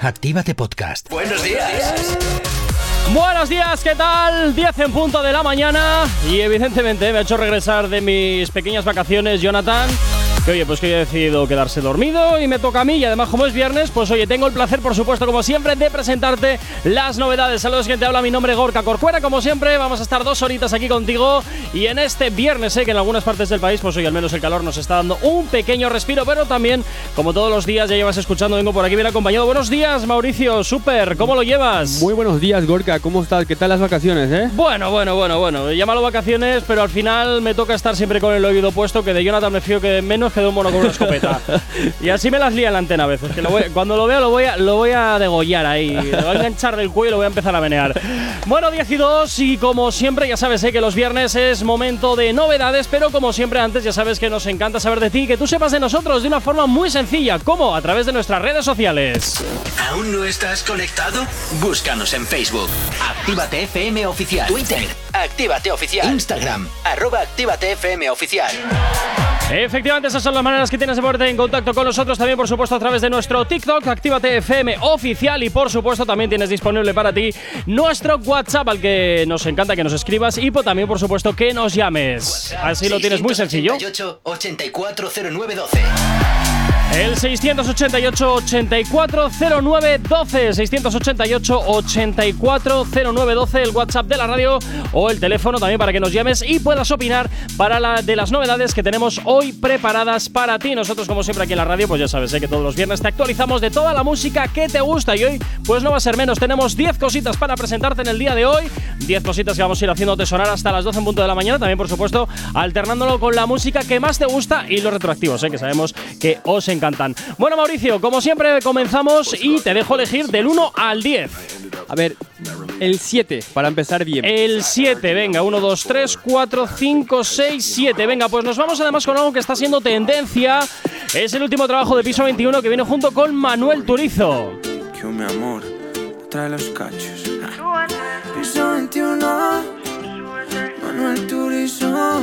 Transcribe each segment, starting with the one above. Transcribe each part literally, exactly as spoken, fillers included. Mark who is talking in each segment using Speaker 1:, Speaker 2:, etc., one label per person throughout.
Speaker 1: Actívate Podcast.
Speaker 2: Buenos días.
Speaker 3: Buenos días, ¿qué tal? diez en punto de la mañana y evidentemente me ha hecho regresar de mis pequeñas vacaciones Jonathan, que oye, pues que hoy he decidido quedarse dormido y me toca a mí, y además como es viernes, pues oye, tengo el placer, por supuesto, como siempre, de presentarte las novedades. Saludos, que te habla, mi nombre es Gorka Corcuera, como siempre, vamos a estar dos horitas aquí contigo y en este viernes, sé eh, que en algunas partes del país, pues hoy al menos el calor nos está dando un pequeño respiro, pero también, como todos los días, ya llevas escuchando, vengo por aquí bien acompañado. Buenos días, Mauricio, súper, ¿cómo lo llevas?
Speaker 4: Muy buenos días, Gorka, ¿cómo estás? ¿Qué tal las vacaciones, eh?
Speaker 3: Bueno, bueno, bueno, bueno, llámalo vacaciones, pero al final me toca estar siempre con el oído puesto, que de Jonathan me fío que menos que de un mono con una escopeta. Y así me las lía en la antena a veces, que lo voy, cuando lo veo lo voy, a, lo voy a degollar ahí, lo voy a enganchar del cuello y lo voy a empezar a menear. Bueno, diez y dos, y como siempre ya sabes eh, que los viernes es momento de novedades, pero como siempre antes ya sabes que nos encanta saber de ti, que tú sepas de nosotros de una forma muy sencilla. ¿Cómo? A través de nuestras redes sociales.
Speaker 2: ¿Aún no estás conectado? Búscanos en Facebook. Actívate F M Oficial. Twitter. Actívate Oficial. Instagram. Arroba Actívate F M Oficial.
Speaker 3: Efectivamente, esas son las maneras que tienes de ponerte en contacto con nosotros. También, por supuesto, a través de nuestro TikTok, Actívate F M Oficial. Y, por supuesto, también tienes disponible para ti nuestro WhatsApp, al que nos encanta que nos escribas. Y también, por supuesto, que nos llames. Así lo tienes muy sencillo.
Speaker 2: ochenta y cuatro cero nueve doce.
Speaker 3: El seiscientos ochenta y ocho, ochenta y cuatro cero nueve doce, seiscientos ochenta y ocho, ochenta y cuatro cero nueve doce, el WhatsApp de la radio o el teléfono también para que nos llames y puedas opinar para la de las novedades que tenemos hoy preparadas para ti. Nosotros, como siempre, aquí en la radio, pues ya sabes, ¿eh? que todos los viernes te actualizamos de toda la música que te gusta, y hoy pues no va a ser menos. Tenemos diez cositas para presentarte en el día de hoy, diez cositas que vamos a ir haciéndote sonar hasta las doce en punto de la mañana, también, por supuesto, alternándolo con la música que más te gusta y los retroactivos, ¿eh? que sabemos que os encantan. Bueno, Mauricio, como siempre comenzamos y te dejo elegir del uno al diez.
Speaker 4: A ver, el siete, para empezar bien.
Speaker 3: El siete, venga, uno, dos, tres, cuatro, cinco, seis, siete. Venga, pues nos vamos además con algo que está siendo tendencia. Es el último trabajo de Piso veintiuno, que viene junto con Manuel Turizo.
Speaker 5: Que mi amor trae los cachos. Piso veintiuno, Manuel Turizo.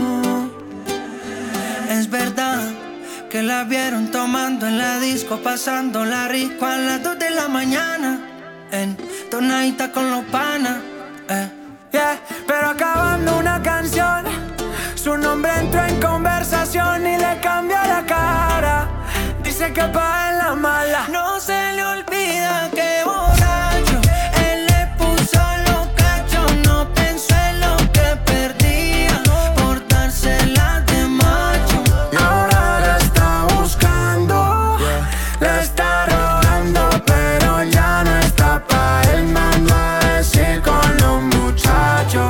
Speaker 6: Es verdad que la vieron tomando en la disco, pasándola rico a las dos de la mañana, en tonadita con los panas, eh.
Speaker 5: Yeah, pero acabando una canción, su nombre entró en conversación y le cambió la cara. Dice que pa' en la mala
Speaker 6: no se le olvida que borracho él le puso los cachos, no pensó en lo que perdía por dársela de macho.
Speaker 5: Y ahora la está buscando, yeah. La está rogando, pero ya no está pa' él, mando a decir con los muchachos.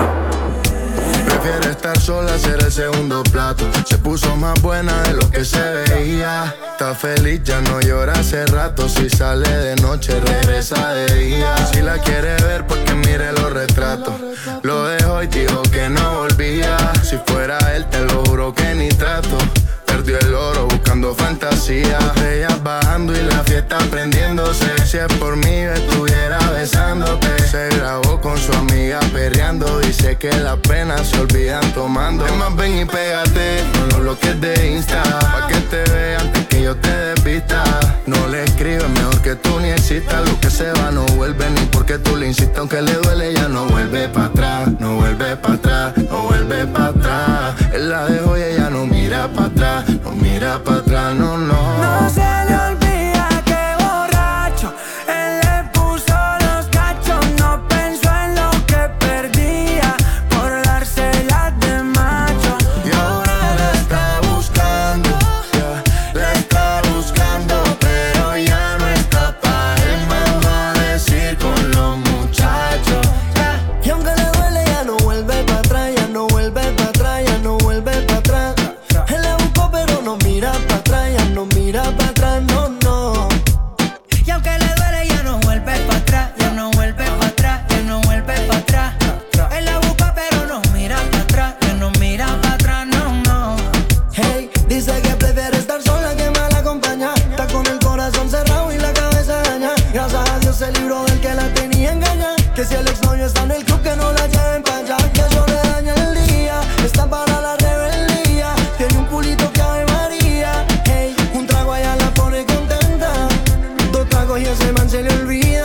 Speaker 7: Prefiere estar sola, ser el segundo plato. Se puso más buena de lo que se veía. Está feliz, ya no llora hace rato. Si sale de noche, regresa de día. Si la quiere ver, pues que mire los retratos. Lo dejó y dijo que no volvía. Si fuera él, te lo juro que ni trato. Perdió el oro buscando fantasía. Ellas bajando y la fiesta prendiéndose. Si es por mí, estuviera besándote. Se grabó con su amiga perreando. Dice que las penas se olvidan tomando. Es más, ven y pégate con los bloques de Insta, pa' que te vean antes que yo te desvista. No le escribes, mejor que tú ni existas. Lo que se va no vuelve, ni porque tú le insistas. Aunque le duele, ya no vuelve pa' atrás. No vuelve pa' atrás, no vuelve pa' atrás. Él la dejó y ella no mira pa' atrás. No mira pa' atrás, no, no.
Speaker 5: No se le olvida que borracho él le puso los cachos, no pensó en lo que perdía por dársela de macho.
Speaker 7: Y ahora la está buscando, yeah. La está buscando, pero ya no está pa' él, mando a decir con los muchachos,
Speaker 6: yeah. Y aunque le duele, ya no vuelve pa' atrás, ya no vuelve pa' atrás, ya no vuelve pa' atrás. Él la buscó, pero no mira pa' atrás, ya no mira pa' atrás, no, no. Y aunque le duele, ya no vuelve pa' atrás, ya no vuelve pa' atrás, ya no vuelve pa' atrás. Él la busca, pero no mira pa' atrás, ya no mira pa' atrás, no, no. Hey, dice que prefiere estar sola que mal acompañada. Está con el corazón cerrado y la cabeza dañada. Gracias a Dios se libró del que la tenía engañada. Que si el exnovio está en el club, que no la lleven pa' allá. Que eso le daña el día, está para la rebeldía. Tiene un culito que Ave María. Hey, un trago allá la pone contenta. Dos tragos y ese man se le olvida.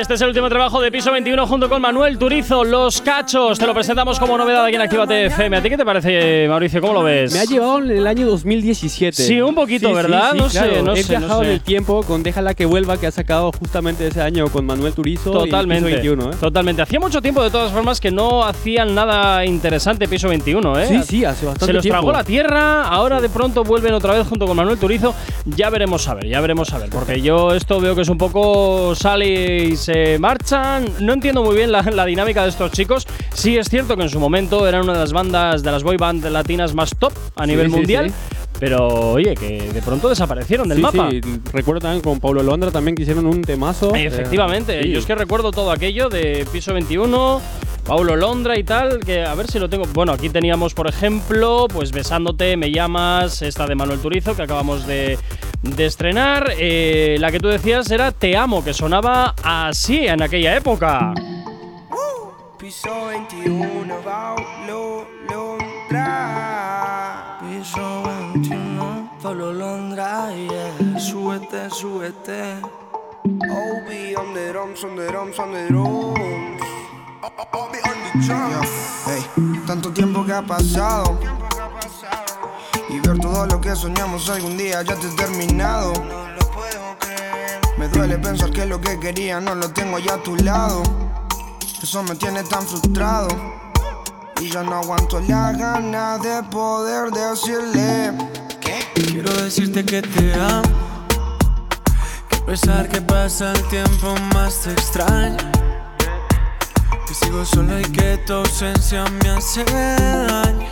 Speaker 3: Este es el último trabajo de Piso veintiuno junto con Manuel Turizo, Los Cachos. Te lo presentamos como novedad aquí en Actívate F M. ¿A ti qué te parece, Mauricio? ¿Cómo lo ves?
Speaker 4: Me ha llevado en el año dos mil diecisiete.
Speaker 3: Sí, un poquito,
Speaker 4: sí,
Speaker 3: ¿verdad?
Speaker 4: Sí, sí,
Speaker 3: no
Speaker 4: claro.
Speaker 3: sé, no
Speaker 4: He
Speaker 3: sé.
Speaker 4: viajado
Speaker 3: no sé.
Speaker 4: en el tiempo con Déjala que vuelva, que ha sacado justamente ese año con Manuel Turizo.
Speaker 3: Totalmente.
Speaker 4: Y Piso veintiuno, ¿eh?
Speaker 3: Totalmente. Hacía mucho tiempo, de todas formas, que no hacían nada interesante Piso veintiuno, ¿eh?
Speaker 4: Sí, sí, hace bastante
Speaker 3: Se los
Speaker 4: tiempo.
Speaker 3: tragó la tierra, ahora de pronto vuelven otra vez junto con Manuel Turizo. Ya veremos a ver, ya veremos a ver. Porque yo esto veo que es un poco sale y se marchan. No entiendo muy bien la, la dinámica de estos chicos. Sí es cierto que en su momento eran una de las bandas, de las boy band latinas más top a nivel
Speaker 4: Sí, sí,
Speaker 3: mundial.
Speaker 4: sí.
Speaker 3: Pero oye, que de pronto desaparecieron del
Speaker 4: sí,
Speaker 3: mapa.
Speaker 4: Sí, recuerdo también con Paulo Londra también que hicieron un temazo.
Speaker 3: Efectivamente,
Speaker 4: Eh, sí.
Speaker 3: yo es que recuerdo todo aquello de Piso veintiuno, Paulo Londra y tal, que a ver si lo tengo. Bueno, aquí teníamos, por ejemplo, pues Besándote, Me llamas, esta de Manuel Turizo, que acabamos de, de estrenar. Eh, la que tú decías era Te amo, que sonaba así en aquella época.
Speaker 5: Piso veintiuno, Paulo Londra. Piso veintiuno, Paulo Londra, yeah. Súbete, súbete. Obi, on the drums, on the drums, on the drums. Obi, on the drums. Hey, tanto tiempo que ha pasado. Y ver todo lo que soñamos algún día ya te he terminado. No lo puedo creer. Me duele pensar que lo que quería no lo tengo ya a tu lado. Eso me tiene tan frustrado. Y ya no aguanto la gana de poder decirle ¿qué? Quiero decirte que te amo. Que a pesar que pasa el tiempo más te extraño. Que sigo solo y que tu ausencia me hace daño.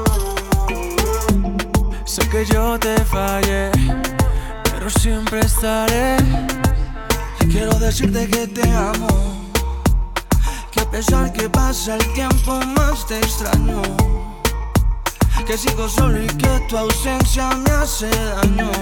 Speaker 5: Sé que yo te fallé, pero siempre estaré. Y quiero decirte que te amo. Que a pesar que pasa el tiempo más te extraño. Que sigo solo y que tu ausencia me hace daño.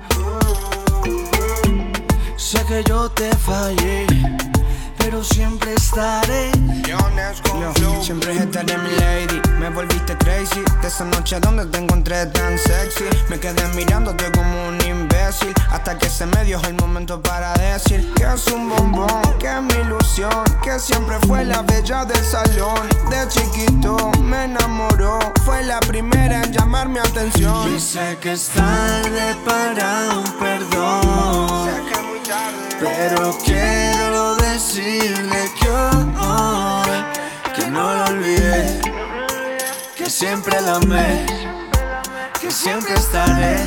Speaker 5: Sé que yo te fallé, pero siempre estaré. Yo, siempre estaré mi lady. Me volviste crazy de esa noche donde te encontré tan sexy. Me quedé mirándote como un imbécil hasta que se me dio el momento para decir que es un bombón, que es mi ilusión, que siempre fue la bella del salón. De chiquito me enamoró, fue la primera en llamar mi atención. Y sé que es tarde para un perdón, sé que es muy tarde, pero quiero decirle que hoy que no lo olvidé, que siempre la amé, que siempre estaré.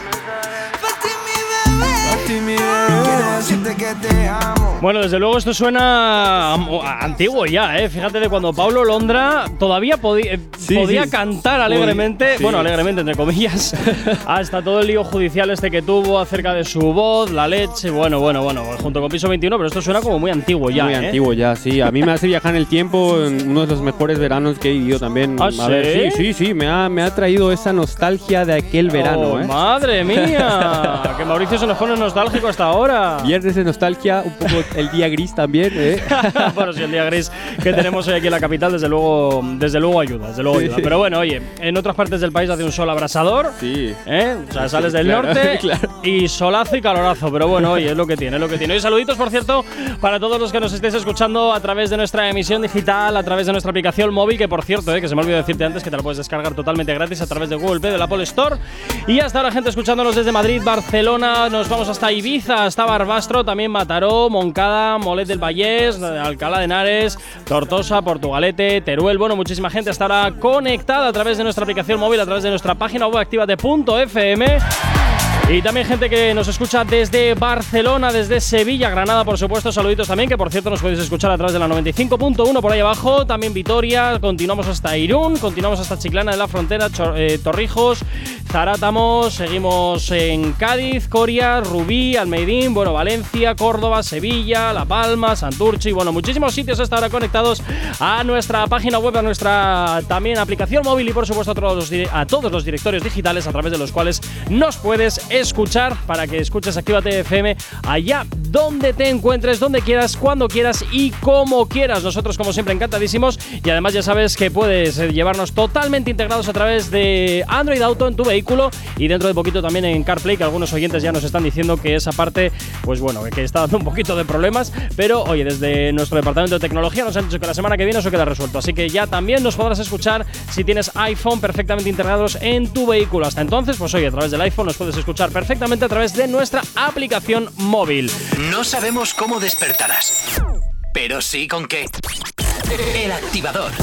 Speaker 5: Pa' ti mi bebé, pa' ti mi bebé. Quiero decirte que te amo.
Speaker 3: Bueno, desde luego esto suena a- antiguo ya, ¿eh? Fíjate de cuando Paulo Londra todavía podía,
Speaker 4: Sí,
Speaker 3: podía
Speaker 4: sí.
Speaker 3: cantar alegremente,
Speaker 4: Sí.
Speaker 3: bueno, alegremente entre comillas, hasta todo el lío judicial este que tuvo acerca de su voz, la leche, bueno, bueno, bueno, junto con Piso veintiuno, pero esto suena como muy antiguo ya,
Speaker 4: Muy
Speaker 3: ¿eh?
Speaker 4: antiguo ya, sí. A mí me hace viajar en el tiempo en uno de los mejores veranos que he vivido también.
Speaker 3: ¿Ah,
Speaker 4: A ver,
Speaker 3: sí?
Speaker 4: sí, sí, sí. Me ha, me ha traído esa nostalgia de aquel verano,
Speaker 3: Oh,
Speaker 4: ¿eh?
Speaker 3: ¡Madre mía! Que Mauricio se nos pone nostálgico hasta ahora.
Speaker 4: Viernes de nostalgia, un poco el día gris también, ¿eh?
Speaker 3: Bueno, sí, el día gris que tenemos hoy aquí en la capital, desde luego, desde luego ayuda, desde luego
Speaker 4: Sí.
Speaker 3: ayuda. Pero bueno, oye, en otras partes del país hace un sol abrasador.
Speaker 4: Sí.
Speaker 3: ¿Eh? O sea, sales del
Speaker 4: claro,
Speaker 3: norte
Speaker 4: claro.
Speaker 3: y solazo y calorazo. Pero bueno, oye, es lo que tiene, es lo que tiene. Y saluditos, por cierto, para todos los que nos estéis escuchando a través de nuestra emisión digital, a través de nuestra aplicación móvil, que por cierto, eh, que se me olvidó decirte antes, que te la puedes descargar totalmente gratis a través de Google Play, de la Apple Store. Y hasta ahora, gente escuchándonos desde Madrid, Barcelona, nos vamos hasta Ibiza, hasta Barbastro, también Mataró, Moncada, Molet del Vallés, Alcalá de Henares, Tortosa, Portugalete, Teruel. Bueno, muchísima gente hasta ahora conectada a través de nuestra aplicación móvil, a través de nuestra página web activate punto f m. Y también gente que nos escucha desde Barcelona, desde Sevilla, Granada, por supuesto. Saluditos también, que por cierto nos podéis escuchar a través de la noventa y cinco punto uno por ahí abajo. También Vitoria, continuamos hasta Irún, continuamos hasta Chiclana de la Frontera, Chor- eh, Torrijos, Zarátamo, seguimos en Cádiz, Coria, Rubí, Almeidín, bueno, Valencia, Córdoba, Sevilla, La Palma, Santurchi. Bueno, muchísimos sitios hasta ahora conectados a nuestra página web, a nuestra también aplicación móvil y por supuesto a todos los, dire- a todos los directorios digitales a través de los cuales nos puedes escuchar para que escuches Actívate F M allá donde te encuentres, donde quieras, cuando quieras y como quieras. Nosotros, como siempre, encantadísimos. Y además ya sabes que puedes llevarnos totalmente integrados a través de Android Auto en tu vehículo y dentro de poquito también en CarPlay, que algunos oyentes ya nos están diciendo que esa parte, pues bueno, que está dando un poquito de problemas. Pero oye, desde nuestro departamento de tecnología nos han dicho que la semana que viene eso queda resuelto. Así que ya también nos podrás escuchar si tienes iPhone perfectamente integrados en tu vehículo. Hasta entonces, pues oye, a través del iPhone nos puedes escuchar perfectamente a través de nuestra aplicación móvil.
Speaker 2: No sabemos cómo despertarás, pero sí con qué. El Activador.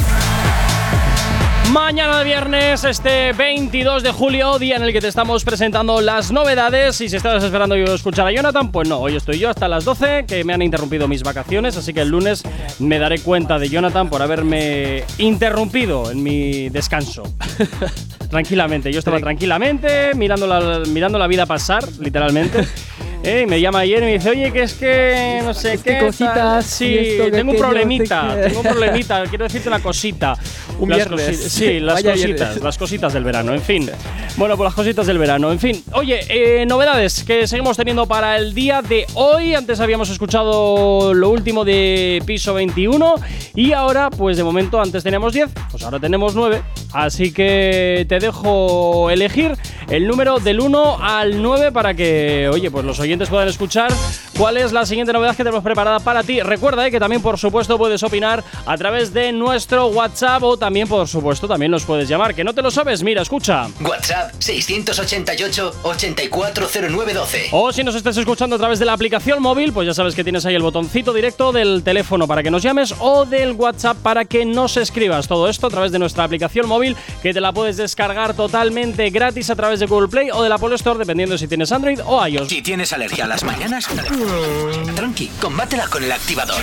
Speaker 3: Mañana de viernes, este veintidós de julio, día en el que te estamos presentando las novedades. Y si estabas esperando yo escuchar a Jonathan, pues no, hoy estoy yo hasta las doce, que me han interrumpido mis vacaciones. Así que el lunes me daré cuenta de Jonathan por haberme interrumpido en mi descanso. Tranquilamente, yo estaba tranquilamente mirando la, mirando la vida pasar, literalmente. Eh, me llama ayer y me dice, oye, que es que no sé qué,
Speaker 4: qué cositas.
Speaker 3: Sí, tengo un problemita, tengo un problemita, quiero decirte una cosita.
Speaker 4: Un
Speaker 3: las
Speaker 4: viernes.
Speaker 3: cosi- sí, las
Speaker 4: Vaya
Speaker 3: cositas,
Speaker 4: viernes.
Speaker 3: las cositas del verano, en fin. Bueno, pues las cositas del verano, en fin. Oye, eh, novedades que seguimos teniendo para el día de hoy. Antes habíamos escuchado lo último de Piso veintiuno y ahora, pues de momento, antes teníamos diez, pues ahora tenemos nueve. Así que te dejo elegir el número del uno al nueve para que, oye, pues los oyentes puedan escuchar cuál es la siguiente novedad que tenemos preparada para ti. Recuerda eh, que también, por supuesto, puedes opinar a través de nuestro WhatsApp o también, por supuesto, también nos puedes llamar. ¿Que no te lo sabes? Mira, escucha.
Speaker 2: WhatsApp seiscientos ochenta y ocho, ochenta y cuatro cero nueve doce.
Speaker 3: O si nos estás escuchando a través de la aplicación móvil, pues ya sabes que tienes ahí el botoncito directo del teléfono para que nos llames o del WhatsApp para que nos escribas. Todo esto a través de nuestra aplicación móvil, que te la puedes descargar totalmente gratis a través de Google Play o de la Apple Store, dependiendo si tienes Android o iOS.
Speaker 2: Si tienes alergia a las mañanas, tranqui, combátela con el Activador.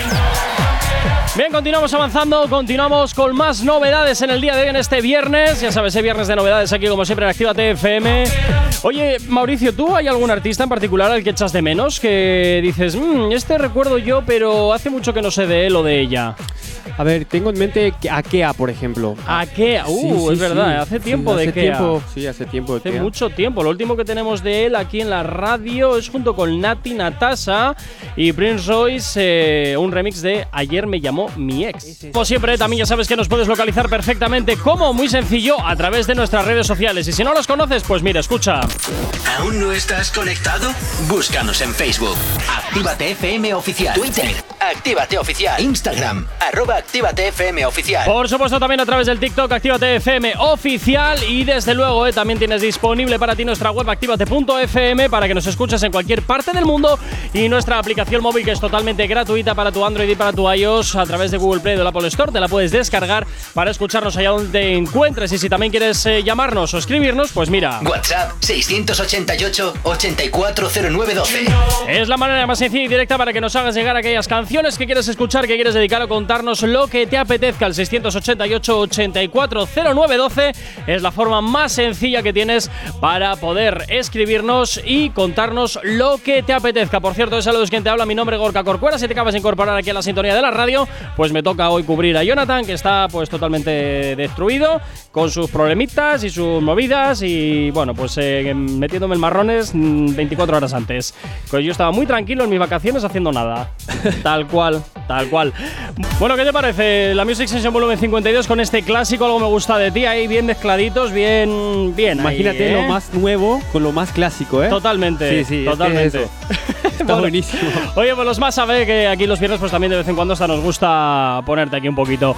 Speaker 3: Bien, continuamos avanzando, continuamos con más novedades en el día de hoy, en este viernes. Ya sabes, hay viernes de novedades aquí, como siempre, en Actívate F M. Oye, Mauricio, ¿tú hay algún artista en particular al que echas de menos? Que dices, mmm, este recuerdo yo, pero hace mucho que no sé de él o de ella.
Speaker 4: A ver, tengo en mente a Kea, por ejemplo.
Speaker 3: ¿A qué? Uh,
Speaker 4: Sí, sí,
Speaker 3: es verdad,
Speaker 4: sí.
Speaker 3: hace tiempo
Speaker 4: Sí,
Speaker 3: de
Speaker 4: hace
Speaker 3: que.
Speaker 4: tiempo, sí, hace tiempo de
Speaker 3: Hace
Speaker 4: Kea.
Speaker 3: mucho tiempo. Lo último que tenemos de él aquí en la radio es junto con Nati Natasha y Prince Royce, eh, un remix de Ayer me llamó mi ex. Como siempre, también ya sabes que nos puedes localizar perfectamente, como muy sencillo, a través de nuestras redes sociales. Y si no los conoces, pues mira, escucha.
Speaker 2: ¿Aún no estás conectado? Búscanos en Facebook. Actívate F M Oficial. Twitter. Actívate Oficial. Instagram. Arroba Actívate F M Oficial.
Speaker 3: Por supuesto, también a través del TikTok Actívate F M Oficial. Y desde luego, eh, también tienes disponible para ti nuestra web actívate punto f m para que nos escuches en cualquier parte del mundo. Y nuestra aplicación móvil, que es totalmente gratuita para tu Android y para tu iOS, a través de Google Play o de la Apple Store. Te la puedes descargar para escucharnos allá donde encuentres. Y si también quieres eh, llamarnos o escribirnos, pues mira.
Speaker 2: WhatsApp seiscientos ochenta y ocho, ochenta y cuatro cero nueve doce.
Speaker 3: Es la manera más sencilla y directa para que nos hagas llegar aquellas canciones que quieres escuchar, que quieres dedicar o contarnos lo que te apetezca. El seiscientos ochenta y ocho, ochenta y cuatro cero nueve doce es la forma más sencilla que tienes para poder escribirnos y contarnos lo que te apetezca. Por cierto, saludos, quien te habla, mi nombre es Gorka Corcuera. Si te acabas de incorporar aquí a la sintonía de la radio, pues me toca hoy cubrir a Jonathan, que está pues totalmente destruido con sus problemitas y sus movidas y bueno, pues eh, metiéndome en marrones veinticuatro horas antes. Pues yo estaba muy tranquilo en mis vacaciones haciendo nada. Tal cual, tal cual. Bueno, ¿qué te parece la Music Session Volumen cincuenta y dos con este clásico? Algo me gusta de ti, ahí bien mezcladitos, bien, bien.
Speaker 4: Imagínate
Speaker 3: ahí, ¿eh?
Speaker 4: lo más nuevo con lo más clásico, ¿eh?
Speaker 3: Totalmente,
Speaker 4: Sí, sí, es que
Speaker 3: totalmente.
Speaker 4: es eso. Está
Speaker 3: Bueno,
Speaker 4: buenísimo.
Speaker 3: Oye, pues los más sabe que aquí los viernes pues también de vez en cuando hasta nos gusta ponerte aquí un poquito.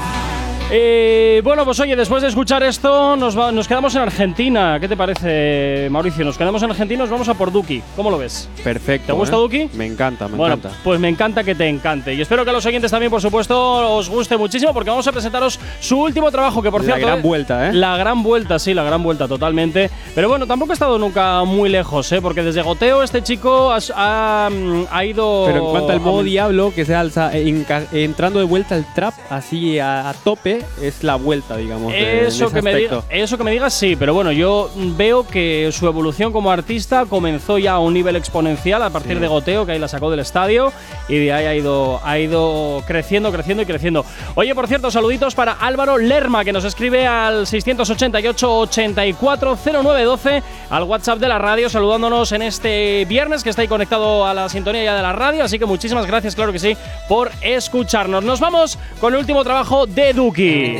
Speaker 3: Eh, bueno, pues oye, después de escuchar esto nos, va, nos quedamos en Argentina. ¿Qué te parece, Mauricio? Nos quedamos en Argentina, nos vamos a por Duki. ¿Cómo lo ves?
Speaker 4: Perfecto.
Speaker 3: ¿Te gusta
Speaker 4: ¿eh?
Speaker 3: Duki?
Speaker 4: Me encanta, me
Speaker 3: Bueno,
Speaker 4: encanta.
Speaker 3: pues me encanta que te encante. Y espero que a los oyentes también, por supuesto, os guste muchísimo, porque vamos a presentaros su último trabajo, que por
Speaker 4: La
Speaker 3: cierto…
Speaker 4: gran vuelta, ¿eh?
Speaker 3: La gran vuelta, sí, la gran vuelta, totalmente. Pero bueno, tampoco ha estado nunca muy lejos, ¿eh? Porque desde Goteo este chico ha, ha, ha ido…
Speaker 4: Pero en cuanto al modo
Speaker 3: a-
Speaker 4: Diablo, que se alza eh, enca- entrando de vuelta al trap así a, a tope, Dembélé es la vuelta, digamos, de,
Speaker 3: eso,
Speaker 4: de
Speaker 3: que me diga, eso que me digas, sí, pero bueno, yo veo que su evolución como artista comenzó ya a un nivel exponencial a partir sí. de Goteo, que ahí la sacó del estadio, y de ahí ha ido, ha ido creciendo, creciendo y creciendo. Oye, por cierto, saluditos para Álvaro Lerma, que nos escribe al seiscientos ochenta y ocho, ochenta y cuatro cero nueve doce, al WhatsApp de la radio, saludándonos en este viernes, que está ahí conectado a la sintonía ya de la radio, así que muchísimas gracias, claro que sí, por escucharnos. Nos vamos con el último trabajo de Duki.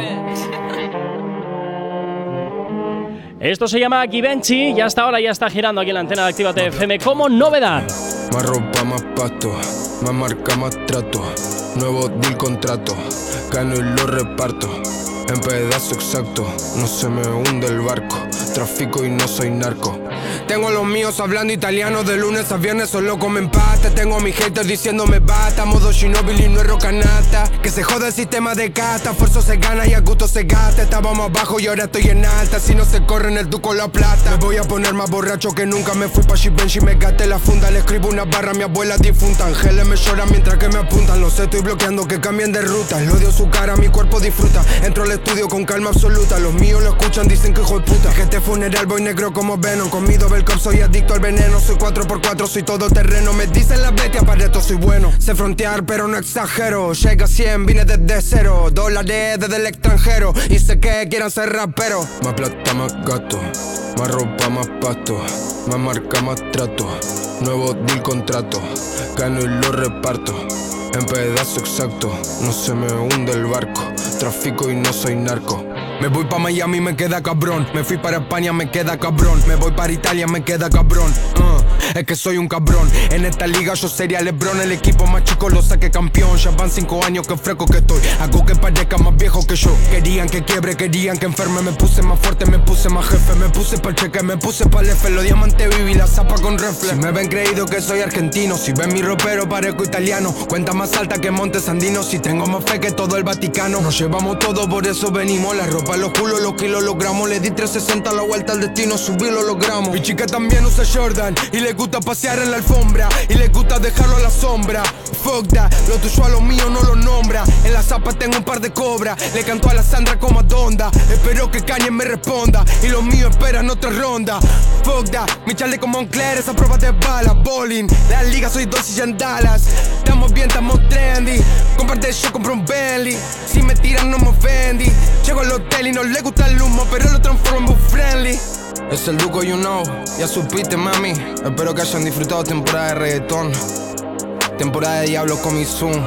Speaker 3: Esto se llama Givenchy y hasta ahora ya está girando aquí en la antena de Actívate F M como novedad.
Speaker 7: Más ropa, más pasto, más marca, más trato. Nuevo deal, contrato, gano y lo reparto. En pedazo exacto, no se me hunde el barco. Trafico y no soy narco. Tengo a los míos hablando italiano de lunes a viernes, solo comen pasta. Tengo a mis haters diciéndome basta. Modo Shinobi y no es rocanata. Que se joda el sistema de casta. Esfuerzo se gana y a gusto se gasta. Estábamos abajo y ahora estoy en alta. Si no se corre en el duco la plata. Me voy a poner más borracho que nunca. Me fui pa' Givenchy y me gasté la funda. Le escribo una barra a mi abuela difunta. Ángeles me lloran mientras que me apuntan. No sé, estoy bloqueando que cambien de ruta. Lo odio su cara, mi cuerpo disfruta. Entro al estudio con calma absoluta. Los míos lo escuchan, dicen que hijo de puta. Que este funeral voy negro como Venom. Conmigo Belcom, soy adicto al veneno. Soy cuatro por cuatro, soy todo terreno. Me dicen las bestias, para esto soy bueno. Sé frontear pero no exagero. Llega a cien, vine desde cero. Dólares desde el extranjero. Y sé que quieran ser raperos. Más plata, más gato. Más ropa, más pasto. Más marca, más trato. Nuevo deal, contrato. Gano y lo reparto. En pedazo exacto, no se me hunde el barco. Trafico y no soy narco. Me voy pa' Miami, me queda cabrón. Me fui para España, me queda cabrón. Me voy para Italia, me queda cabrón. uh, Es que soy un cabrón. En esta liga yo sería LeBron. El equipo más chico lo saqué campeón. Ya van cinco años que fresco que estoy. Hago que parezca más viejo que yo. Querían que quiebre, querían que enferme. Me puse más fuerte, me puse más jefe. Me puse pa'l cheque, me puse pa'l F. Los diamantes viví la zapa con reflex. Si me ven creído que soy argentino. Si ven mi ropero parezco italiano. Cuenta más alta que Montes Andinos. Si tengo más fe que todo el Vaticano. Nos llevamos todo, por eso venimos. La ropa, los culos, los kilos, los gramos. Le di trescientos sesenta a la vuelta al destino. Subí lo logramos. Mi chica también usa Jordan. Y le gusta pasear en la alfombra. Y le gusta dejarlo a la sombra. Fuck that, lo tuyo a lo mío no lo nombra. En la zapa tengo un par de cobras. Le canto a la Sandra como a Donda. Espero que Kanye me responda. Y los míos esperan otra ronda. Fuck that, mi chale como Moncler. Esa prueba de bala, bowling. La liga soy dos y en Dallas. Estamos bien, estamos trendy. Comparte yo, compro un Bentley. Si me tiran no me ofendí. Llego al hotel y no le gusta el humo, pero lo transformo en book friendly. Es el Duco, you know, ya supiste, mami. Espero que hayan disfrutado temporada de reggaetón. Temporada de Diablo con mi Zoom.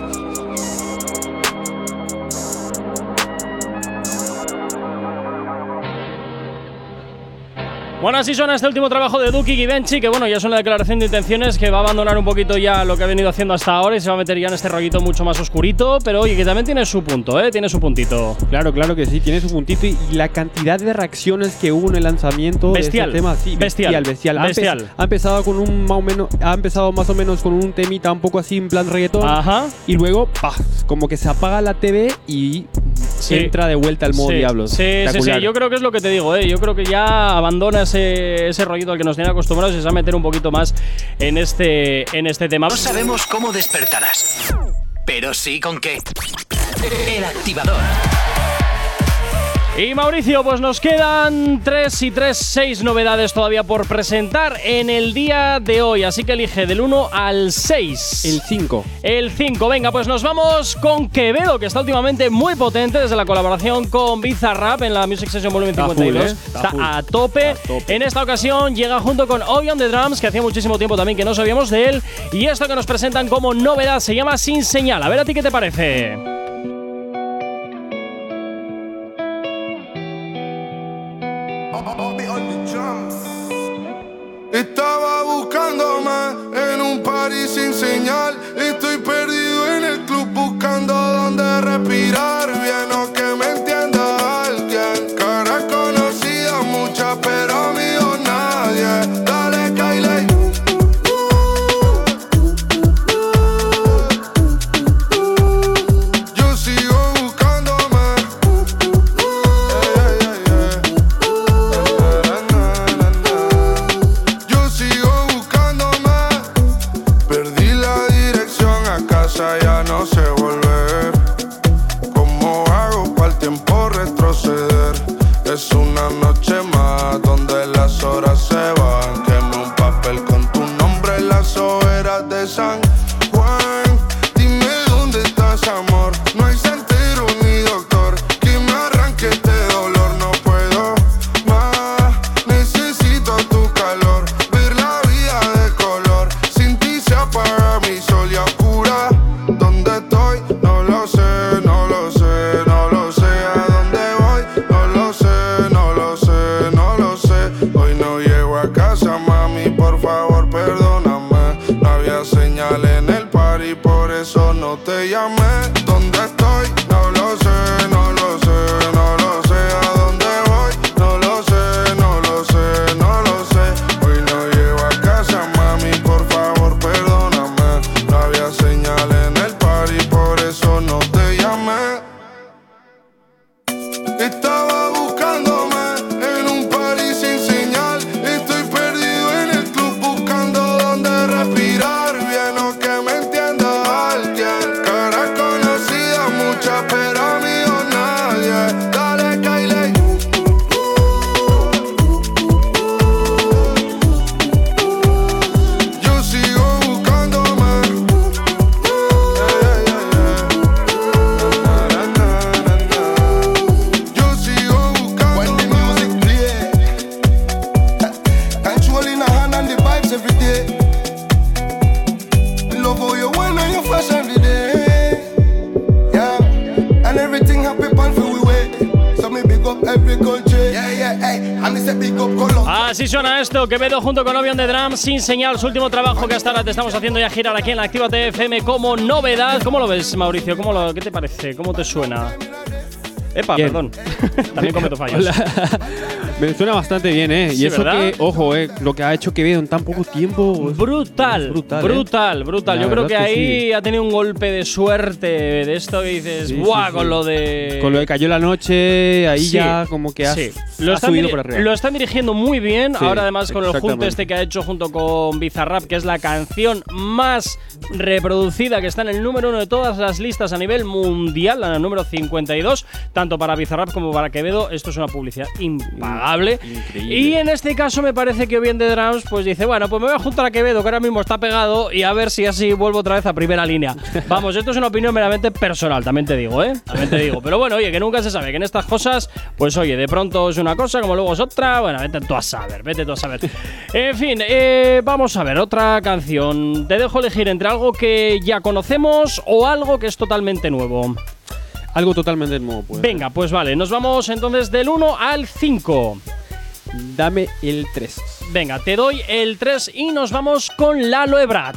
Speaker 3: Bueno, así suena este último trabajo de Duki Givenchy, que bueno, ya es una declaración de intenciones que va a abandonar un poquito ya lo que ha venido haciendo hasta ahora y se va a meter ya en este rollito mucho más oscurito, pero oye, que también tiene su punto, ¿eh? Tiene su puntito.
Speaker 4: Claro, claro que sí, tiene su puntito y la cantidad de reacciones que hubo en el lanzamiento
Speaker 3: bestial,
Speaker 4: de este tema, sí,
Speaker 3: bestial,
Speaker 4: bestial, bestial.
Speaker 3: bestial.
Speaker 4: Ha, empe ha empezado con un más o menos, ha empezado más o menos con un temita un poco así en plan reggaetón.
Speaker 3: Ajá.
Speaker 4: Y luego, ¡pah! Como que se apaga la T V y sí. entra de vuelta al modo
Speaker 3: sí.
Speaker 4: Diablo.
Speaker 3: Sí, sí, sí, yo creo que es lo que te digo, ¿eh? Yo creo que ya abandona ese, ese rollito al que nos tiene acostumbrados y se va a meter un poquito más en este, en este tema.
Speaker 2: No sabemos cómo despertarás, pero sí con qué. El Activador.
Speaker 3: Y Mauricio, pues nos quedan tres y tres, seis novedades todavía por presentar en el día de hoy. Así que elige del uno al seis.
Speaker 4: El cinco.
Speaker 3: El cinco. Venga, pues nos vamos con Quevedo, que está últimamente muy potente desde la colaboración con Bizarrap en la Music Session Volumen cincuenta y dos.
Speaker 4: Está, full, ¿eh? está,
Speaker 3: está
Speaker 4: full.
Speaker 3: a tope.
Speaker 4: A tope.
Speaker 3: En esta ocasión llega junto con Obi on the Drums, que hacía muchísimo tiempo también que no sabíamos de él. Y esto que nos presentan como novedad se llama Sin Señal. A ver a ti qué te parece.
Speaker 1: Estaba buscándome en un party sin señal. Estoy perdido en el club buscando dónde respirar bien o que me entienda alguien. Caras conocidas muchas pero amigos nadie. Dale, Kylie. Yo sigo buscándome. Yeah, yeah, yeah, yeah. Yo sigo club con los.
Speaker 3: Así suena esto, Quevedo junto con Obi on the Drums, Sin Señal, su último trabajo que hasta ahora te estamos haciendo ya girar aquí en la Actívate F M como novedad. ¿Cómo lo ves, Mauricio? ¿Cómo lo, ¿Qué te parece? ¿Cómo te suena? Epa,
Speaker 4: bien.
Speaker 3: Perdón. También cometo fallos.
Speaker 4: Me suena bastante bien, ¿eh?
Speaker 3: Sí,
Speaker 4: y eso
Speaker 3: ¿verdad?
Speaker 4: que, ojo, ¿eh? Lo que ha hecho Quevedo en tan poco tiempo. es-
Speaker 3: Brutal,
Speaker 4: es brutal,
Speaker 3: brutal,
Speaker 4: ¿eh?
Speaker 3: brutal.
Speaker 4: La
Speaker 3: Yo creo que,
Speaker 4: verdad que
Speaker 3: ahí
Speaker 4: sí.
Speaker 3: ha tenido un golpe de suerte de esto que dices,
Speaker 4: Sí,
Speaker 3: ¡buah!
Speaker 4: sí, sí.
Speaker 3: Con lo de.
Speaker 4: Con lo de Cayó la Noche, ahí
Speaker 3: Sí,
Speaker 4: ya como que has,
Speaker 3: sí.
Speaker 4: has
Speaker 3: Lo están,
Speaker 4: subido
Speaker 3: diri-
Speaker 4: por arriba.
Speaker 3: lo están dirigiendo muy bien.
Speaker 4: Sí,
Speaker 3: Ahora, además, con el junte
Speaker 4: exactamente.
Speaker 3: este que ha hecho junto con Bizarrap, que es la canción más reproducida, que está en el número uno de todas las listas a nivel mundial, en el número cincuenta y dos, tanto para Bizarrap como para Quevedo. Esto es una publicidad impagable.
Speaker 4: Increíble.
Speaker 3: Y en este caso, me parece que Bien de Drums pues dice: bueno, pues me voy a juntar a Quevedo, que ahora mismo está pegado, y a ver si así vuelvo otra vez a primera línea. Vamos, esto es una opinión meramente personal, también te digo, ¿eh? También te digo. Pero bueno, oye, que nunca se sabe, que en estas cosas, pues oye, de pronto es una cosa, como luego es otra. Bueno, vete tú a saber, vete tú a saber. En fin, eh, vamos a ver, otra canción. Te dejo elegir entre algo que ya conocemos o algo que es totalmente nuevo.
Speaker 4: Algo totalmente nuevo, pues.
Speaker 3: Venga, pues vale, nos vamos entonces del uno al cinco.
Speaker 4: Dame el tres.
Speaker 3: Venga, te doy el tres y nos vamos con Lalo Ebrard.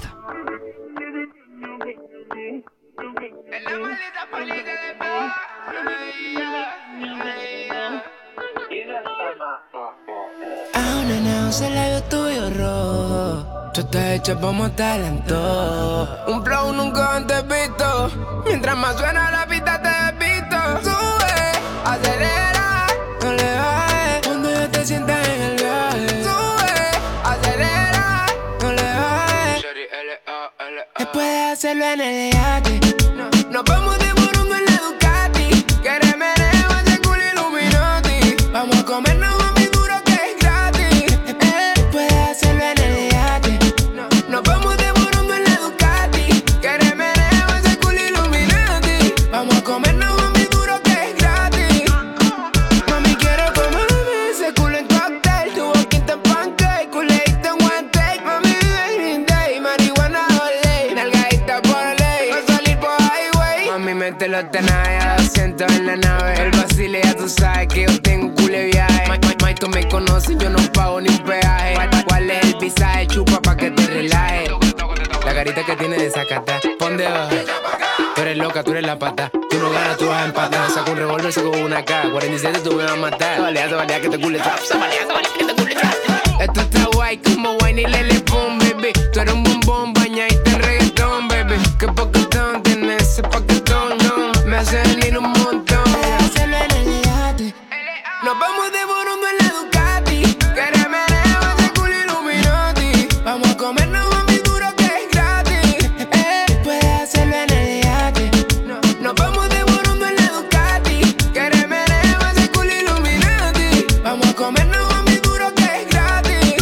Speaker 5: A una neo se le vio tuyo rojo. Tú estás hecha pa' matar talento. Un flow nunca antes visto. Mientras más suena la pista te despisto. Sube, acelera, no le bajes. Cuando ya te sientas en el viaje. Sube, acelera, no le bajes. Después de hacerlo en el yate. No, nos vamos de Burundo en la Ducati. Quiere meneo, ese culo Illuminati. Vamos a comernos mami duro que es gratis. Eh, después de hacerlo en el yate. No, nos vamos de Burundo en la Ducati. Quiere meneo, ese culo Illuminati. Vamos a comernos mami duro que es gratis. Mami quiero comerme ese culo en cóctel. Tu boquita en pancake, culeita en one take. Mami vive Green Day, marihuana o ley. Nalgadita por ley, va a salir por highway. Mami mete los tenajes a doscientos en la nave. El vacile ya tú sabes que yo tengo un culo de viaje. Mike, Mike, Mike, tú me conoces, yo no pago ni un peaje. ¿Cuál, cuál es el visaje? Chupa pa' que te relajes. La carita que tiene de sacata, pon de baja. Tú eres loca, tú eres la pata. Tú no ganas, tú vas a empatar. Saco un revólver, saco una K. cuarenta y siete, tú me vas a matar. Valea, valea que te cule trap. Valea, valea que te cule trap. Esto está guay como wine y lele pon, baby. Tú eres un bombón, bañadita en reggaetón, baby. Que paquetón tienes ese paquetón, no. Me hace venir un montón. Hacerlo en el yate. Nos vamos de Burundo en la Ducati. Quiere meneo, ese culo Illuminati. Vamos a comernos mami duro que es gratis. Eh, después de hacerlo en el yate. No, nos vamos de Burundo en la Ducati. Quiere meneo, ese culo Illuminati. Vamos a comernos mami duro que es gratis.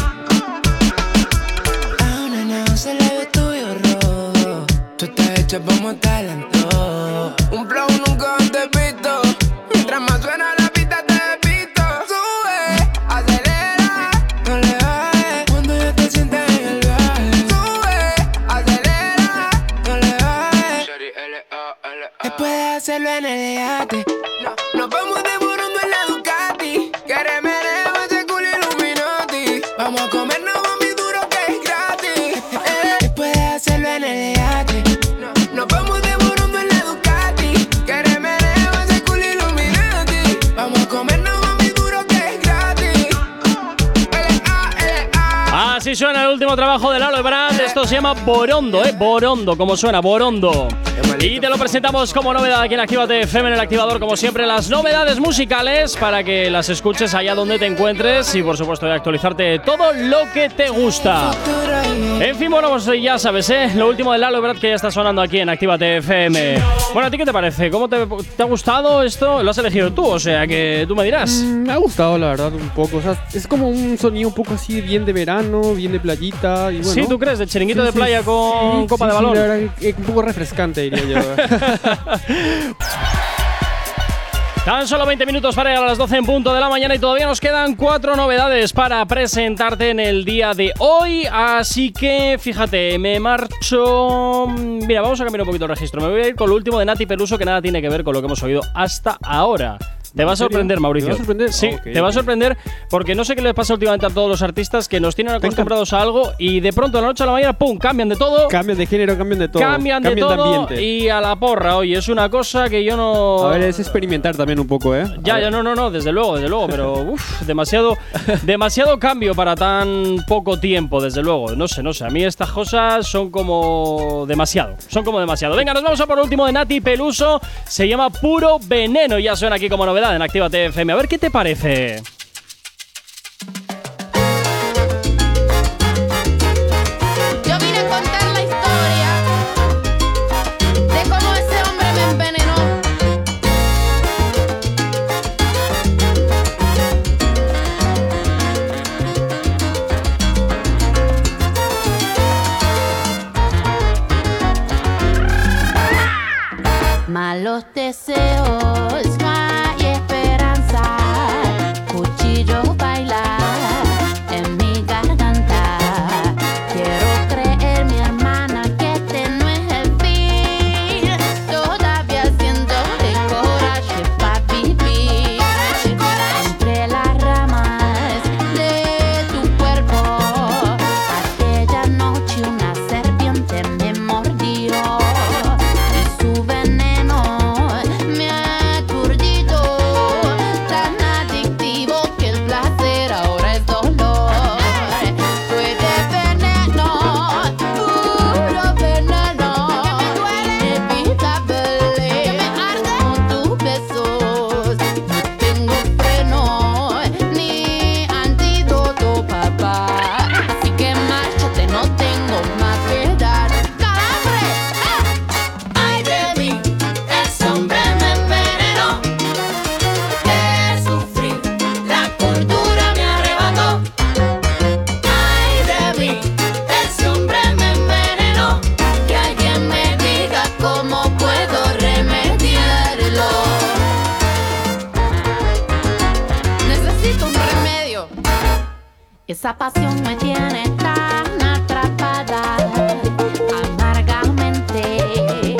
Speaker 5: A una neo se le ve tuyo rojo. Tú estás hecha pa' matar talento. Un flow nunca antes visto. Mientras más suena la pista te despisto. Sube, acelera, no le bajes. Cuando ya te sientas en el viaje. Sube, acelera, no le bajes. Después de hacerlo en el yate. No, nos vamos de Burundo en la Ducati. Quiere meneo, ese culo Illuminati. Vamos a comernos mami duro que es gratis. Eh, después de hacerlo en el yate. No, nos vamos de Burundo en la Ducati. Quiere meneo, ese culo Illuminati. Vamos a comernos mami duro que es gratis. L A, L A.
Speaker 3: Así suena el último trabajo de Lalo Ebrard. Esto se llama Borondo, ¿eh? Borondo, como suena, Borondo. Y te lo presentamos como novedad aquí en Actívate F M, en el activador, como siempre, las novedades musicales para que las escuches allá donde te encuentres y, por supuesto, de actualizarte todo lo que te gusta. En fin, bueno, pues ya sabes, ¿eh? Lo último de Lalo Ebrard que ya está sonando aquí en Actívate F M. Bueno, ¿a ti qué te parece? ¿Cómo te, te ha gustado esto? Lo has elegido tú, o sea, que tú me dirás.
Speaker 4: Mm, me ha gustado, la verdad, un poco. O sea, es como un sonido un poco así, bien de verano, bien de playita. Y bueno,
Speaker 3: ¿Sí, tú crees? ¿De chiringuito
Speaker 4: sí,
Speaker 3: de playa
Speaker 4: sí,
Speaker 3: con
Speaker 4: sí,
Speaker 3: copa
Speaker 4: sí,
Speaker 3: de
Speaker 4: sí,
Speaker 3: balón?
Speaker 4: la verdad que es un poco refrescante, diría yo.
Speaker 3: Tan solo veinte minutos para llegar a las doce en punto de la mañana y todavía nos quedan cuatro novedades para presentarte en el día de hoy. Así que, fíjate, me marcho... Mira, vamos a cambiar un poquito el registro. Me voy a ir con lo último de Nati Peluso, que nada tiene que ver con lo que hemos oído hasta ahora. Te va a sorprender, Mauricio.
Speaker 4: ¿Te va a sorprender?
Speaker 3: Sí,
Speaker 4: okay,
Speaker 3: te va a
Speaker 4: okay.
Speaker 3: sorprender porque no sé qué les pasa últimamente a todos los artistas que nos tienen acostumbrados a algo y de pronto de la noche a la mañana, ¡pum!, cambian de todo.
Speaker 4: Cambian de género, cambian de todo.
Speaker 3: Cambian de
Speaker 4: cambian
Speaker 3: todo
Speaker 4: de ambiente.
Speaker 3: y a la porra. Oye, es una cosa que yo no…
Speaker 4: A ver, es experimentar también un poco, ¿eh?
Speaker 3: Ya, ya, no, no, no, desde luego, desde luego, pero uff, demasiado, demasiado cambio para tan poco tiempo, desde luego. No sé, no sé, a mí estas cosas son como demasiado, son como demasiado. Venga, nos vamos a por último de Nati Peluso, se llama Puro Veneno, ya suena aquí como novedad en Actívate F M. A ver qué te parece.
Speaker 8: Yo vine a contar la historia de cómo ese hombre me envenenó. Malos deseos, no hay esperanza. Cuchillo baila en mi garganta. Quiero creer, mi hermana, que este no es el fin. Todavía siento el coraje para vivir. Entre las ramas de tu cuerpo, aquella noche una serpiente me mordió. Y su veneno me ha aturdido, tan adictivo que el placer ahora es dolor. Tú eres veneno, puro veneno, inevitable, con tus besos. No tengo freno ni antídoto, papá. Así que márchate, no tengo más piedad. ¡Calambre! ¡Ah! Ay de mí, ese hombre me envenenó. Que sufrí, la cordura me arrebató. Ay de mí, ese hombre me envenenó. Que alguien me diga cómo puedo remediarlo. Necesito un remedio. Esa pasión me tiene tan atrapada, amargamente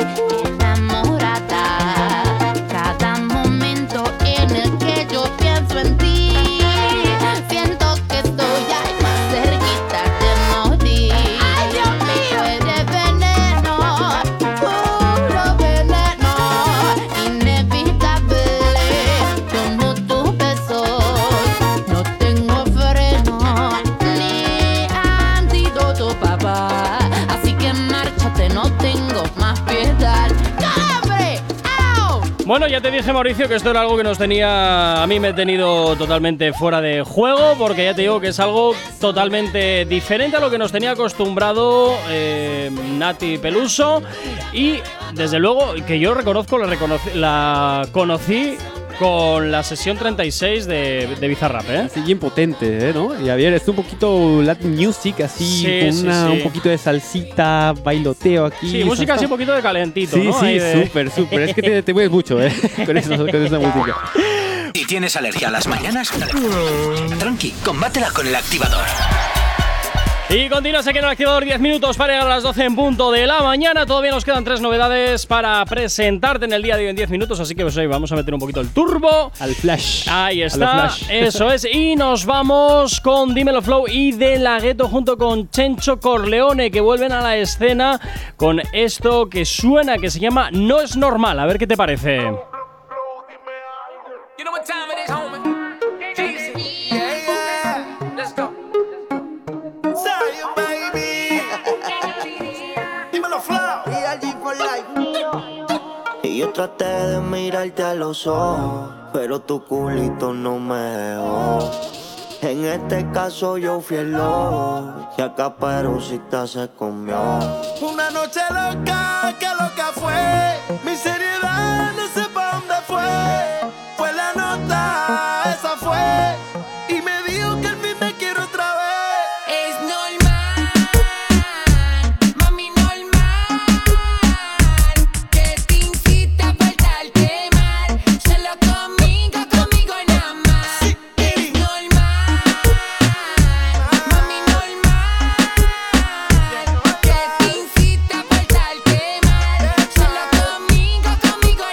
Speaker 8: enamorada. Cada momento en el que yo pienso en ti, siento que estoy ahí más cerquita de morir. ¡Ay, Dios mío! Eres veneno, puro veneno, inevitable, como tus besos. No tengo freno ni antídoto, papá. Así que márchate, no tengo más piedad. ¡Calambre! ¡Au!
Speaker 3: Bueno, ya te dije, Mauricio, que esto era algo que nos tenía, a mí me he tenido totalmente fuera de juego, porque ya te digo que es algo totalmente diferente a lo que nos tenía acostumbrado eh, Nati Peluso, y desde luego que yo reconozco, la, reconocí, la conocí con la sesión treinta y seis de, de Bizarrap, ¿eh?
Speaker 4: Así bien potente, ¿eh? ¿No? Y a ver, es un poquito Latin music, así,
Speaker 3: Sí,
Speaker 4: con
Speaker 3: sí,
Speaker 4: una,
Speaker 3: sí.
Speaker 4: un poquito de salsita, bailoteo aquí.
Speaker 3: Sí, música
Speaker 4: salsa.
Speaker 3: así un poquito de calentito,
Speaker 4: Sí,
Speaker 3: ¿no? Ahí
Speaker 4: sí,
Speaker 3: de-
Speaker 4: súper, súper. Es que te, te mueves mucho, ¿eh? Con, eso, con esa música.
Speaker 2: Si tienes alergia a las mañanas, tranqui, combátela con el activador.
Speaker 3: Y continúas aquí en el activador, diez minutos para llegar a las doce en punto de la mañana. Todavía nos quedan tres novedades para presentarte en el día de hoy en diez minutos, así que pues hoy vamos a meter un poquito el turbo.
Speaker 4: Al flash.
Speaker 3: Ahí
Speaker 4: A lo
Speaker 3: está,
Speaker 4: flash.
Speaker 3: eso es. Y nos vamos con Dímelo Flow y De La Ghetto junto con Chencho Corleone, que vuelven a la escena con esto que suena, que se llama No es Normal. A ver qué te parece.
Speaker 9: You know what time it is, homie? Jeezy. Yeah, yeah. Let's go.
Speaker 5: Sorry, baby. Dímelo, Flow. Y allí for life. Y yo traté de mirarte a los ojos, pero tu culito no me dejó. En este caso yo fui el lobo, y a Caperucita se comió. Una noche loca, que loca fue. Mi seriedad no sé pa' dónde fue. Fue la nota, esa fue. Y me dijo que al fin me quiero otra vez.
Speaker 8: Es normal, mami, normal, que te incita a portarte mal. Solo conmigo, conmigo nada más. Es normal, mami, normal, que te incita a portarte mal. Solo conmigo, conmigo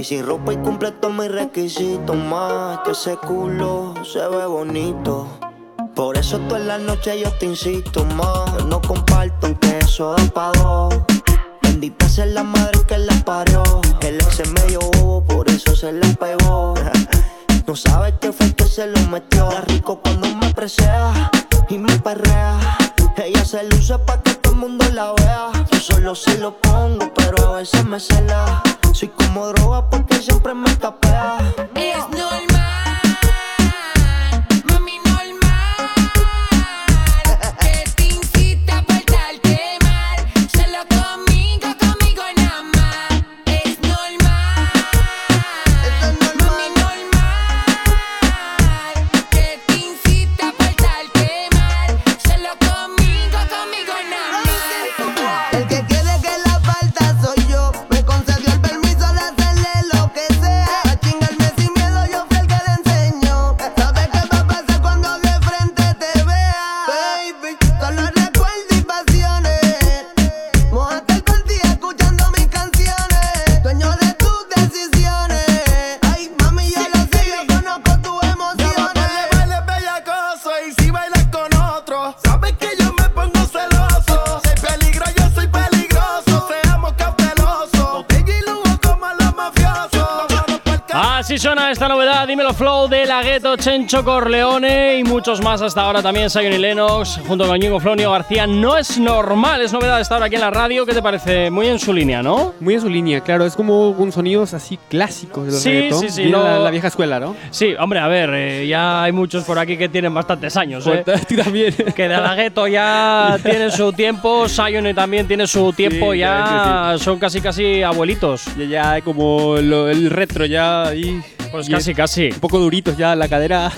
Speaker 6: sin ropa y cumple todos mis requisitos. Más que ese culo se ve bonito. Por eso toda la noche yo te insisto más. Yo no comparto aunque eso da pa' dos. Bendita sea la madre que la parió. El ex es medio bobo, por eso se la pegó. No sabe qué fue que se lo metió. Está rico cuando me presea y me perrea. Ella se luce pa' que todo el mundo la vea. Yo solo se lo pongo, pero a veces me cela. Soy como droga porque siempre me escapea.
Speaker 10: Es normal, mami, normal, que te incita a portarte mal. Solo conmigo, conmigo nada más. Es normal, mami, normal, que te incita a portarte mal. Solo conmigo, conmigo nada más.
Speaker 11: El que quiere que la falta soy yo. Me concedió el permiso de hacerle lo que sea. A chingarme sin miedo, yo fui el que le enseñó. ¿Sabes qué va a pasar cuando de frente te vea? Baby, solo recuerdo y pasiones. Mójate el panty escuchando mis canciones. Dueño de tus decisiones. Ay, mami, yo lo sé, yo conozco tus emociones.
Speaker 1: Baile bellacoso y si bailas con otro, sabes que yo me pongo celoso. Soy peligro, yo soy peligroso. Seamos cautelosos. Botella y lujo como los mafiosos.
Speaker 3: Así suena esta novedad, Dímelo Flow de La Ghetto, Chencho Corleone y muchos más hasta ahora también, Zion y Lennox, junto con Ñengo Flow, Nio García. No es normal, es novedad esta hora aquí en la radio. ¿Qué te parece? Muy en su línea, ¿no?
Speaker 4: Muy en su línea, claro. Es como un sonidos así clásicos de los
Speaker 3: Sí,
Speaker 4: reggaetón.
Speaker 3: sí, sí,
Speaker 4: Bien
Speaker 3: no-
Speaker 4: la, la vieja escuela, ¿no?
Speaker 3: Sí, hombre, a ver, eh, ya hay muchos por aquí que tienen bastantes años, ¿eh?
Speaker 4: Tú también.
Speaker 3: Que de La Ghetto ya tiene su tiempo, Zion también tiene su tiempo,
Speaker 4: Sí,
Speaker 3: ya
Speaker 4: claro que
Speaker 3: son casi casi abuelitos.
Speaker 4: Ya, ya como lo- el retro ya ahí.
Speaker 3: Pues
Speaker 4: y
Speaker 3: casi, casi.
Speaker 4: Un poco duritos ya la cadera.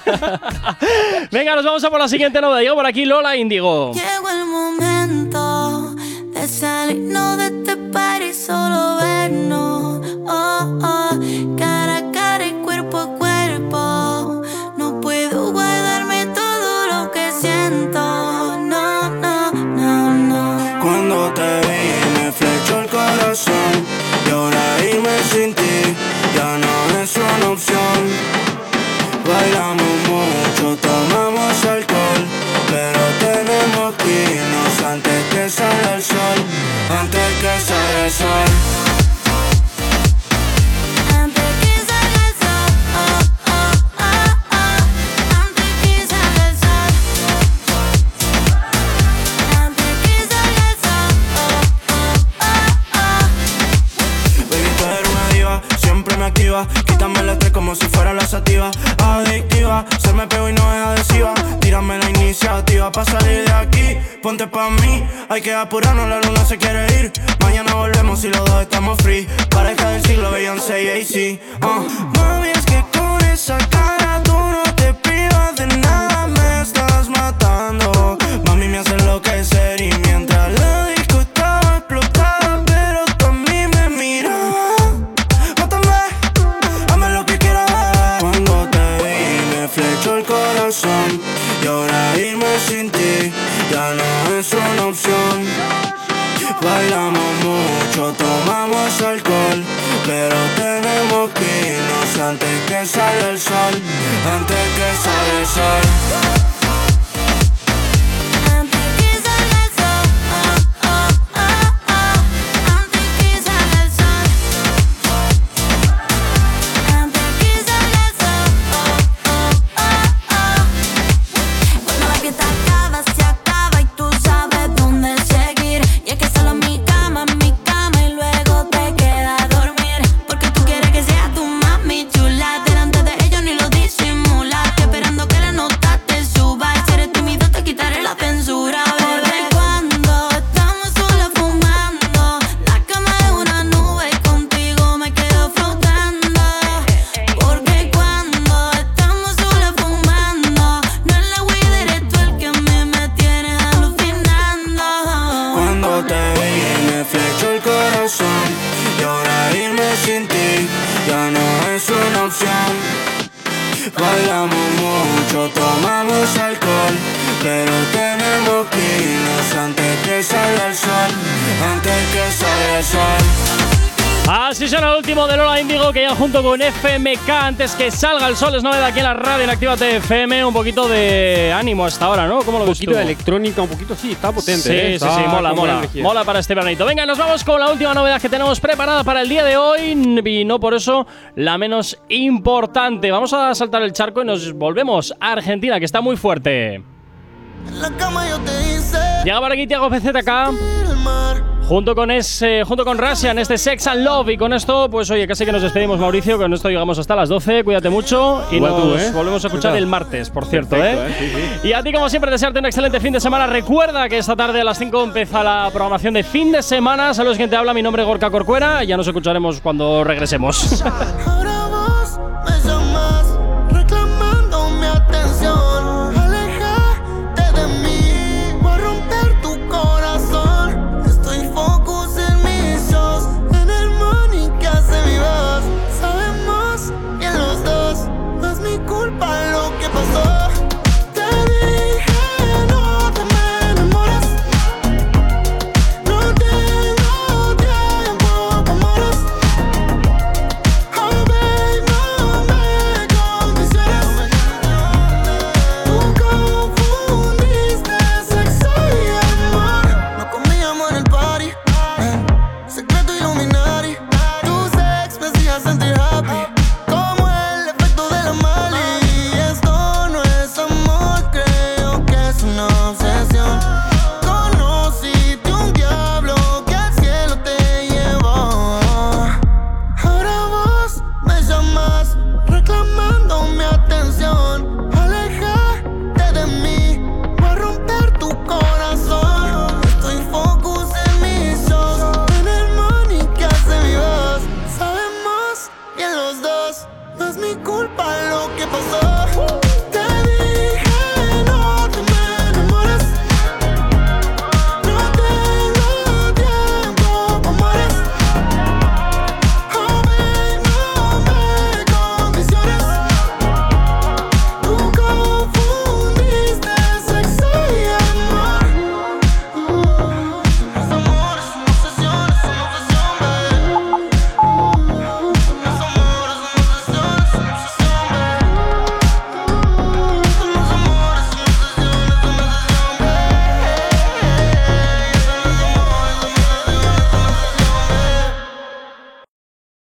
Speaker 3: Venga, nos vamos a por la siguiente novedad. Llegó por aquí Lola Índigo.
Speaker 8: Llegó el momento de salirnos de este party, solo vernos. Oh, oh, cara a cara y cuerpo a cuerpo. No puedo guardarme todo lo que siento. No, no, no, no.
Speaker 5: Cuando te vi me flechó el corazón y ahora irme sin ti ya no es una opción. Bailamos mucho, tomamos alcohol, pero tenemos que irnos antes que salga el sol, antes que salga el sol.
Speaker 8: Antes que salga el sol, oh, oh, oh, oh. Antes que salga el sol. Antes que salga el sol, oh, oh, oh, oh.
Speaker 5: Baby, tú eres una diva, siempre me activa. Quítame la tres como si fuera la sativa. Adictiva, se me pegó y no es adhesiva. Tírame la iniciativa pa' salir de aquí. Ponte pa' mí, hay que apurarnos, la luna se quiere ir. Mañana volvemos y los dos estamos free. Pareja del siglo, Beyoncé y A C. uh. Mami, es que con esa cara tú no te privas de nada. Me estás matando. Mami, me hace enloquecer y mientras la disco estaba explotada, pero tú a mí me mirabas. Mátame, hazme lo que quieras. Cuando te vi me flechó el corazón y ahora irme sin ti ya no es una opción. Bailamos mucho, tomamos alcohol, pero tenemos que irnos antes que salga el sol, antes que salga el sol.
Speaker 8: Antes que salga el sol, oh, oh, oh, oh. Antes que salga el sol. Antes que salga el sol, oh, oh, oh, oh. Cuando la fiesta acaba, se acaba y tú sabes dónde seguir. Y es que solo mi cama, mi cama y luego te queda a dormir. Porque tú quieres que sea tu mami chula. Delante de ellos ni lo disimulas. Esperando que la nota te suba. Si eres tímido te quitaré la censura, bebé. Cuando estamos solos fumando, la cama es una nube y contigo me quedo flotando. Porque cuando estamos solos fumando, no es la weed, eres tú el que a mí me tienes alucinando.
Speaker 5: Cuando te vi me flechó el corazón y ahora irme sin ti ya no es una opción. Bailamos mucho, tomamos alcohol, pero tenemos que irnos antes que salga el sol, antes que salga el sol.
Speaker 3: Así Decision al último de Lola Índigo, que ya junto con F M K, antes que salga el sol, es novedad aquí en la radio en Actívate F M. Un poquito de ánimo hasta ahora, ¿no? ¿Cómo lo ves tú?
Speaker 4: Un poquito de electrónica, un poquito, sí, está potente.
Speaker 3: Sí,
Speaker 4: ¿eh?
Speaker 3: sí,
Speaker 4: Está
Speaker 3: sí, mola,
Speaker 4: con buena
Speaker 3: mola.
Speaker 4: energía.
Speaker 3: Mola para este veranito. Venga, nos vamos con la última novedad que tenemos preparada para el día de hoy y no por eso la menos importante. Vamos a saltar el charco y nos volvemos a Argentina, que está muy fuerte.
Speaker 6: En la cama yo te hice
Speaker 3: Llega por aquí Tiago P Z K.
Speaker 6: el mar.
Speaker 3: Junto con, ese, junto con Russian, este Sex and Love. Y con esto, pues oye, casi que nos despedimos, Mauricio. Con esto llegamos hasta las doce. Cuídate mucho. Y
Speaker 4: Igual
Speaker 3: nos
Speaker 4: tú, ¿eh?
Speaker 3: volvemos a escuchar el martes, por cierto.
Speaker 4: Perfecto,
Speaker 3: ¿eh?
Speaker 4: ¿eh? Sí, sí.
Speaker 3: Y a ti, como siempre, desearte un excelente fin de semana. Recuerda que esta tarde a las cinco empieza la programación de fin de semana. Saludos, quien te habla. Mi nombre es Gorka Corcuera. Ya nos escucharemos cuando regresemos.
Speaker 6: Ahora